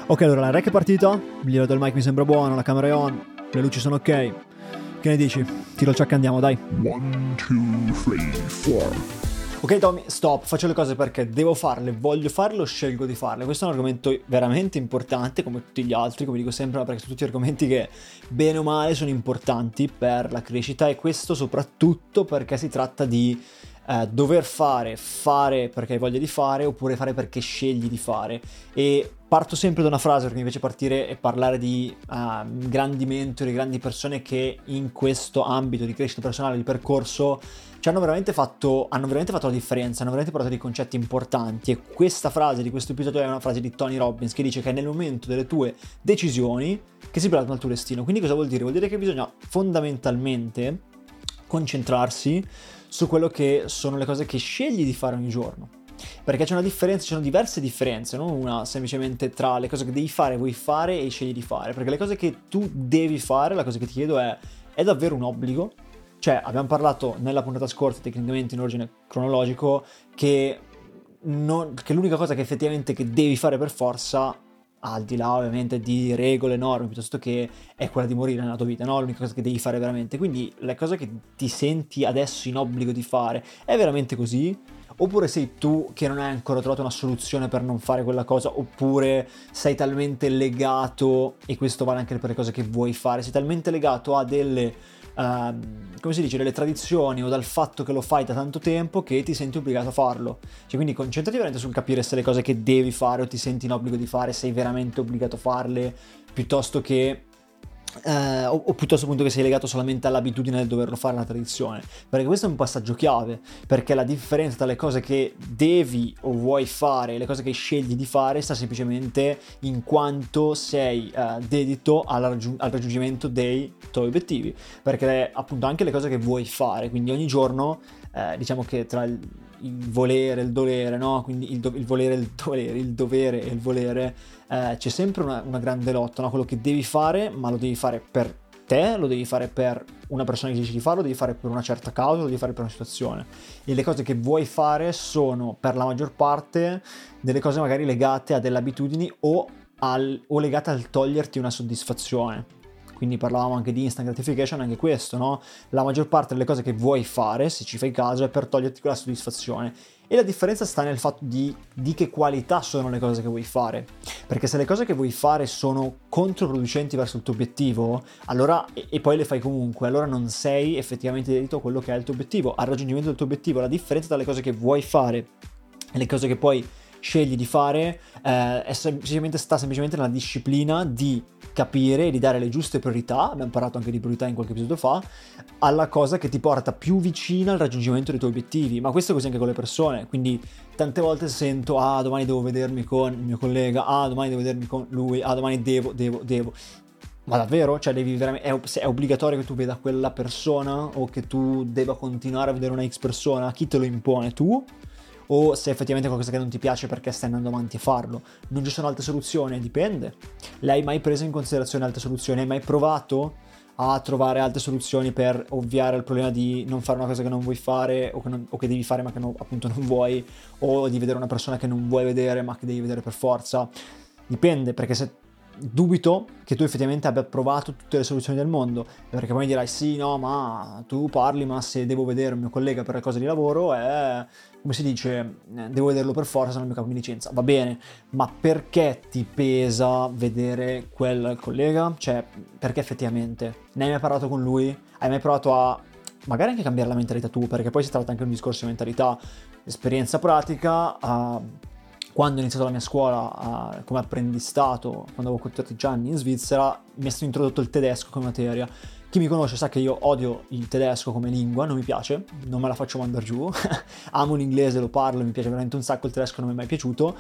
Ok, allora la rec è partita, il livello del mic mi sembra buono, la camera è on, le luci sono ok. Che ne dici? Tiro il ciak e andiamo, dai. 1, 2, 3, 4. Ok Tommy, stop, faccio le cose perché devo farle, voglio farle o scelgo di farle. Questo è un argomento veramente importante, come tutti gli altri, come dico sempre, perché sono tutti argomenti che bene o male sono importanti per la crescita, e questo soprattutto perché si tratta di dover fare perché hai voglia di fare, oppure fare perché scegli di fare. E parto sempre da una frase, perché mi piace partire e parlare di grandi mentori, grandi persone che in questo ambito di crescita personale, di percorso, hanno veramente fatto la differenza, hanno veramente parlato di concetti importanti. E questa frase di questo episodio è una frase di Tony Robbins, che dice che è nel momento delle tue decisioni che si plasma il tuo destino. Quindi cosa vuol dire? Vuol dire che bisogna fondamentalmente concentrarsi su quello che sono le cose che scegli di fare ogni giorno. Perché c'è una differenza, ci sono diverse differenze, non una semplicemente tra le cose che devi fare, vuoi fare e scegli di fare. Perché le cose che tu devi fare, la cosa che ti chiedo è davvero un obbligo? Cioè, abbiamo parlato nella puntata scorsa, tecnicamente in ordine cronologico, che l'unica cosa che effettivamente che devi fare per forza, al di là ovviamente di regole, norme, piuttosto che è quella di morire nella tua vita, no? L'unica cosa che devi fare veramente. Quindi le cose che ti senti adesso in obbligo di fare, è veramente così? Oppure sei tu che non hai ancora trovato una soluzione per non fare quella cosa, oppure sei talmente legato, e questo vale anche per le cose che vuoi fare, sei talmente legato a delle come si dice, delle tradizioni o dal fatto che lo fai da tanto tempo che ti senti obbligato a farlo. Cioè, quindi concentrati veramente sul capire se le cose che devi fare o ti senti in obbligo di fare, sei veramente obbligato a farle, piuttosto che o piuttosto appunto che sei legato solamente all'abitudine del doverlo fare, alla tradizione. Perché questo è un passaggio chiave, perché la differenza tra le cose che devi o vuoi fare e le cose che scegli di fare sta semplicemente in quanto sei dedito al raggiungimento dei tuoi obiettivi. Perché appunto anche le cose che vuoi fare, quindi ogni giorno diciamo che tra il volere e il dolere, no? Quindi il volere e il dovere, il dovere e il volere, c'è sempre una grande lotta, no? Quello che devi fare, ma lo devi fare per te, lo devi fare per una persona che dici di farlo, lo devi fare per una certa causa, lo devi fare per una situazione. E le cose che vuoi fare sono per la maggior parte delle cose magari legate a delle abitudini o legate al toglierti una soddisfazione. Quindi parlavamo anche di instant gratification, anche questo, no? La maggior parte delle cose che vuoi fare, se ci fai caso, è per toglierti quella soddisfazione. E la differenza sta nel fatto di che qualità sono le cose che vuoi fare. Perché se le cose che vuoi fare sono controproducenti verso il tuo obiettivo, allora, e poi le fai comunque, allora non sei effettivamente dedito a quello che è il tuo obiettivo, al raggiungimento del tuo obiettivo. La differenza tra le cose che vuoi fare e le cose che poi scegli di fare sta semplicemente nella disciplina di capire e di dare le giuste priorità. Abbiamo parlato anche di priorità in qualche episodio fa, alla cosa che ti porta più vicina al raggiungimento dei tuoi obiettivi. Ma questo è così anche con le persone, quindi tante volte sento domani devo vedermi con il mio collega, domani devo vedermi con lui, domani devo. Ma davvero? Cioè devi veramente, è obbligatorio che tu veda quella persona, o che tu debba continuare a vedere una X persona? Chi te lo impone? Tu? O se effettivamente è qualcosa che non ti piace perché stai andando avanti a farlo? Non ci sono altre soluzioni? Dipende. Le hai mai prese in considerazione altre soluzioni? Hai mai provato a trovare altre soluzioni per ovviare al problema di non fare una cosa che non vuoi fare, o che devi fare ma che appunto non vuoi, o di vedere una persona che non vuoi vedere ma che devi vedere per forza? Dipende, perché se dubito che tu effettivamente abbia provato tutte le soluzioni del mondo, perché poi mi dirai sì, no, ma tu parli, ma se devo vedere un mio collega per le cose di lavoro come si dice, devo vederlo per forza, se non mi capo mi licenza. Va bene, ma perché ti pesa vedere quel collega? Cioè, perché effettivamente? Ne hai mai parlato con lui? Hai mai provato a magari anche cambiare la mentalità tu? Perché poi si tratta anche di un discorso di mentalità, esperienza pratica. Quando ho iniziato la mia scuola come apprendistato, quando avevo 14 anni in Svizzera, mi è stato introdotto il tedesco come materia. Chi mi conosce sa che io odio il tedesco come lingua, non mi piace, non me la faccio mandare giù. Amo l'inglese, lo parlo, mi piace veramente un sacco, il tedesco non mi è mai piaciuto,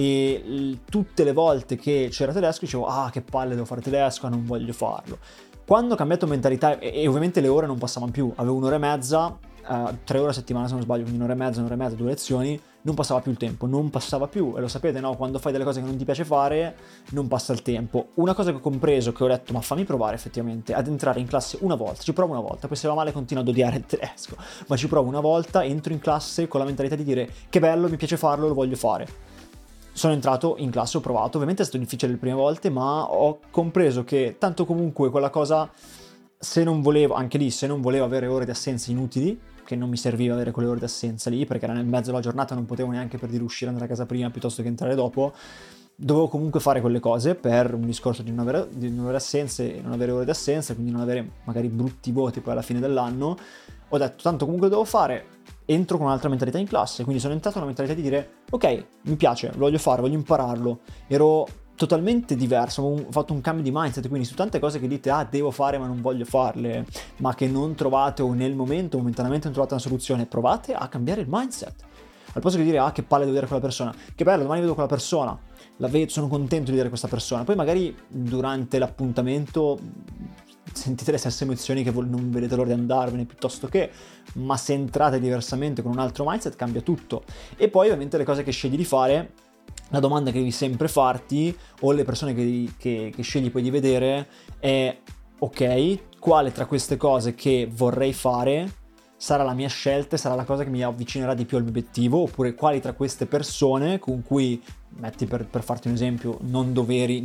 e tutte le volte che c'era tedesco dicevo che palle, devo fare tedesco, non voglio farlo. Quando ho cambiato mentalità, e ovviamente le ore non passavano più, avevo un'ora e mezza, 3 ore a settimana se non sbaglio, quindi un'ora e mezza, 2 lezioni, non passava più il tempo, non passava più, e lo sapete, no? Quando fai delle cose che non ti piace fare, non passa il tempo. Una cosa che ho compreso, che ho detto, ma fammi provare effettivamente ad entrare in classe una volta, ci provo una volta, poi se va male continuo ad odiare il tedesco, ma ci provo una volta, entro in classe con la mentalità di dire che bello, mi piace farlo, lo voglio fare. sono entrato in classe, ho provato, ovviamente è stato difficile le prime volte, ma ho compreso che tanto comunque quella cosa, se non volevo avere ore di assenza inutili, che non mi serviva avere quelle ore di assenza lì, perché era nel mezzo della giornata, non potevo neanche per dire uscire, andare a casa prima piuttosto che entrare dopo, dovevo comunque fare quelle cose per un discorso di non avere assenze e non avere ore di assenza, quindi non avere magari brutti voti poi alla fine dell'anno. Ho detto, tanto comunque lo devo fare, entro con un'altra mentalità in classe, quindi sono entrato con una mentalità di dire, ok, mi piace, lo voglio fare, voglio impararlo. Ero totalmente diverso, ho fatto un cambio di mindset, quindi su tante cose che dite, devo fare ma non voglio farle, ma che non trovate o nel momento, momentaneamente non trovate una soluzione, provate a cambiare il mindset. Al posto di dire, che palle devo vedere quella persona, che bello, domani vedo quella persona, sono contento di vedere questa persona, poi magari durante l'appuntamento sentite le stesse emozioni che non vedete l'ora di andarvene piuttosto che, ma se entrate diversamente con un altro mindset cambia tutto. E poi ovviamente le cose che scegli di fare, la domanda che devi sempre farti, o le persone che scegli poi di vedere, è ok, quale tra queste cose che vorrei fare sarà la mia scelta e sarà la cosa che mi avvicinerà di più al mio obiettivo, oppure quali tra queste persone con cui, metti per farti un esempio, non doveri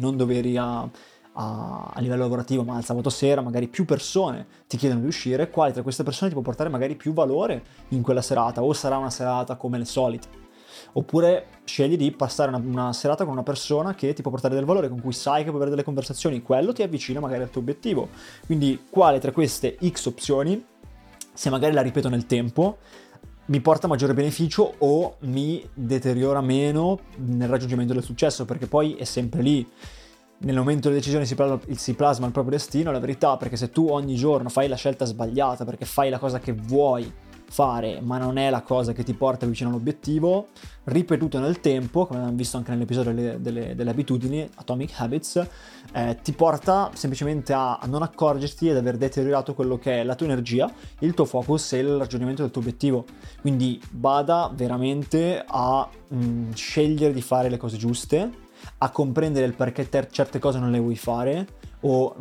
a livello lavorativo, ma al sabato sera magari più persone ti chiedono di uscire, quali tra queste persone ti può portare magari più valore in quella serata, o sarà una serata come le solite. Oppure scegli di passare una serata con una persona che ti può portare del valore, con cui sai che puoi avere delle conversazioni, quello ti avvicina magari al tuo obiettivo. Quindi quale tra queste X opzioni, se magari la ripeto nel tempo, mi porta maggiore beneficio o mi deteriora meno nel raggiungimento del successo, perché poi è sempre lì. Nel momento delle decisioni si plasma il proprio destino, la verità, perché se tu ogni giorno fai la scelta sbagliata, perché fai la cosa che vuoi fare, ma non è la cosa che ti porta vicino all'obiettivo, ripetuto nel tempo, come abbiamo visto anche nell'episodio delle abitudini, Atomic Habits, ti porta semplicemente a non accorgerti ed aver deteriorato quello che è la tua energia, il tuo focus e il raggiungimento del tuo obiettivo. Quindi bada veramente a scegliere di fare le cose giuste, a comprendere il perché certe cose non le vuoi fare, o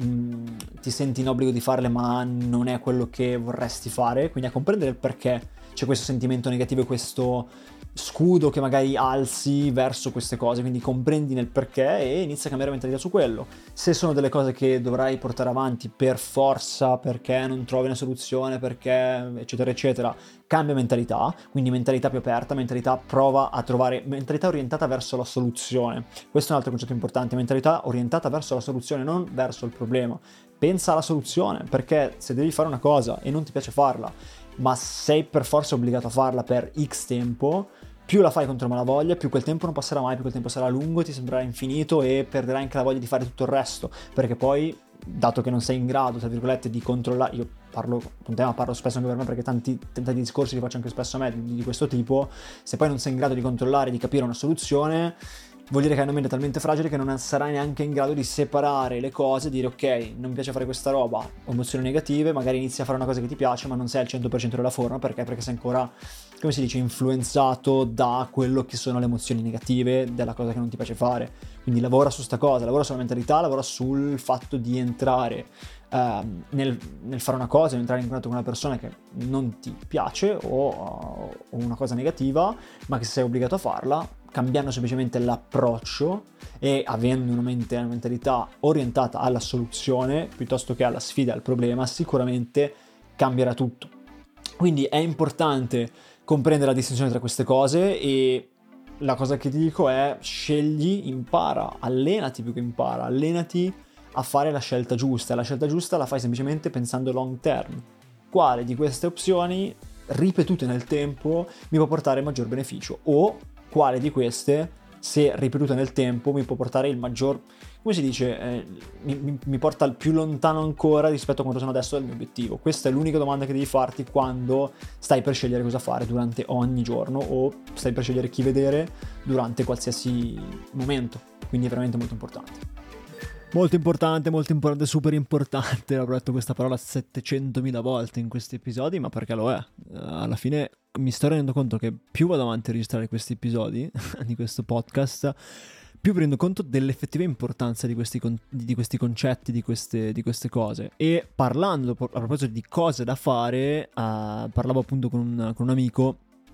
ti senti in obbligo di farle ma non è quello che vorresti fare, quindi a comprendere il perché c'è questo sentimento negativo e questo scudo che magari alzi verso queste cose, quindi comprendi nel perché e inizi a cambiare mentalità su quello. Se sono delle cose che dovrai portare avanti per forza, perché non trovi una soluzione, perché eccetera eccetera, cambia mentalità, quindi mentalità più aperta, prova a trovare mentalità orientata verso la soluzione. Questo è un altro concetto importante, mentalità orientata verso la soluzione, non verso il problema. Pensa alla soluzione, perché se devi fare una cosa e non ti piace farla, ma sei per forza obbligato a farla per X tempo, più la fai contro malavoglia, più quel tempo non passerà mai, più quel tempo sarà lungo, ti sembrerà infinito e perderai anche la voglia di fare tutto il resto, perché poi, dato che non sei in grado, tra virgolette, di controllare, io parlo spesso anche per me perché tanti discorsi li faccio anche spesso a me di questo tipo, se poi non sei in grado di controllare, di capire una soluzione, vuol dire che hai una mente talmente fragile che non sarai neanche in grado di separare le cose, dire ok, non mi piace fare questa roba, ho emozioni negative, magari inizi a fare una cosa che ti piace ma non sei al 100% della forma, perché sei ancora, come si dice, influenzato da quello che sono le emozioni negative della cosa che non ti piace fare. Quindi lavora su sta cosa, lavora sulla mentalità, lavora sul fatto di entrare nel fare una cosa, entrare in contatto con una persona che non ti piace o una cosa negativa, ma che sei obbligato a farla, cambiando semplicemente l'approccio e avendo una mentalità orientata alla soluzione piuttosto che alla sfida, al problema, sicuramente cambierà tutto. Quindi è importante comprendere la distinzione tra queste cose e la cosa che ti dico è scegli, impara, allenati più che impara, allenati a fare la scelta giusta. La scelta giusta la fai semplicemente pensando long term. Quale di queste opzioni ripetute nel tempo mi può portare maggior beneficio, o quale di queste, se ripetute nel tempo, mi può portare il maggior, come si dice, mi porta al più lontano ancora rispetto a quanto sono adesso dal mio obiettivo. Questa è l'unica domanda che devi farti quando stai per scegliere cosa fare durante ogni giorno o stai per scegliere chi vedere durante qualsiasi momento. Quindi è veramente molto importante. Molto importante, super importante. Avrò detto questa parola 700.000 volte in questi episodi, ma perché lo è. Alla fine mi sto rendendo conto che più vado avanti a registrare questi episodi di questo podcast, più mi rendo conto dell'effettiva importanza di questi concetti, di queste cose. E parlando a proposito di cose da fare, parlavo appunto con un amico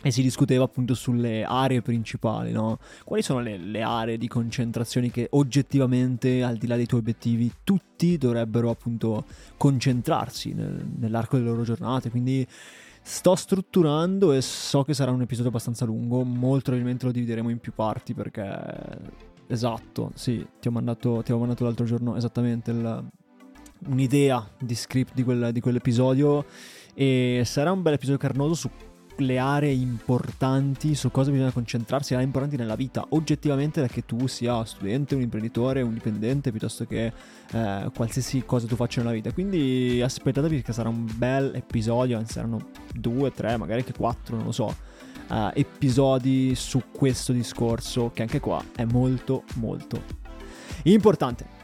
e si discuteva appunto sulle aree principali, no? Quali sono le aree di concentrazione che oggettivamente, al di là dei tuoi obiettivi, tutti dovrebbero appunto concentrarsi nell'arco delle loro giornate. Quindi sto strutturando e so che sarà un episodio abbastanza lungo, molto probabilmente lo divideremo in più parti perché... Esatto, sì, ti avevo mandato l'altro giorno esattamente un'idea di script di quell'episodio, e sarà un bel episodio carnoso su le aree importanti, su cosa bisogna concentrarsi, aree importanti nella vita oggettivamente, da che tu sia studente, un imprenditore, un dipendente, piuttosto che qualsiasi cosa tu faccia nella vita. Quindi aspettatevi che sarà un bel episodio, anzi saranno 2, 3, magari anche 4, non lo so, episodi su questo discorso, che anche qua è molto molto importante.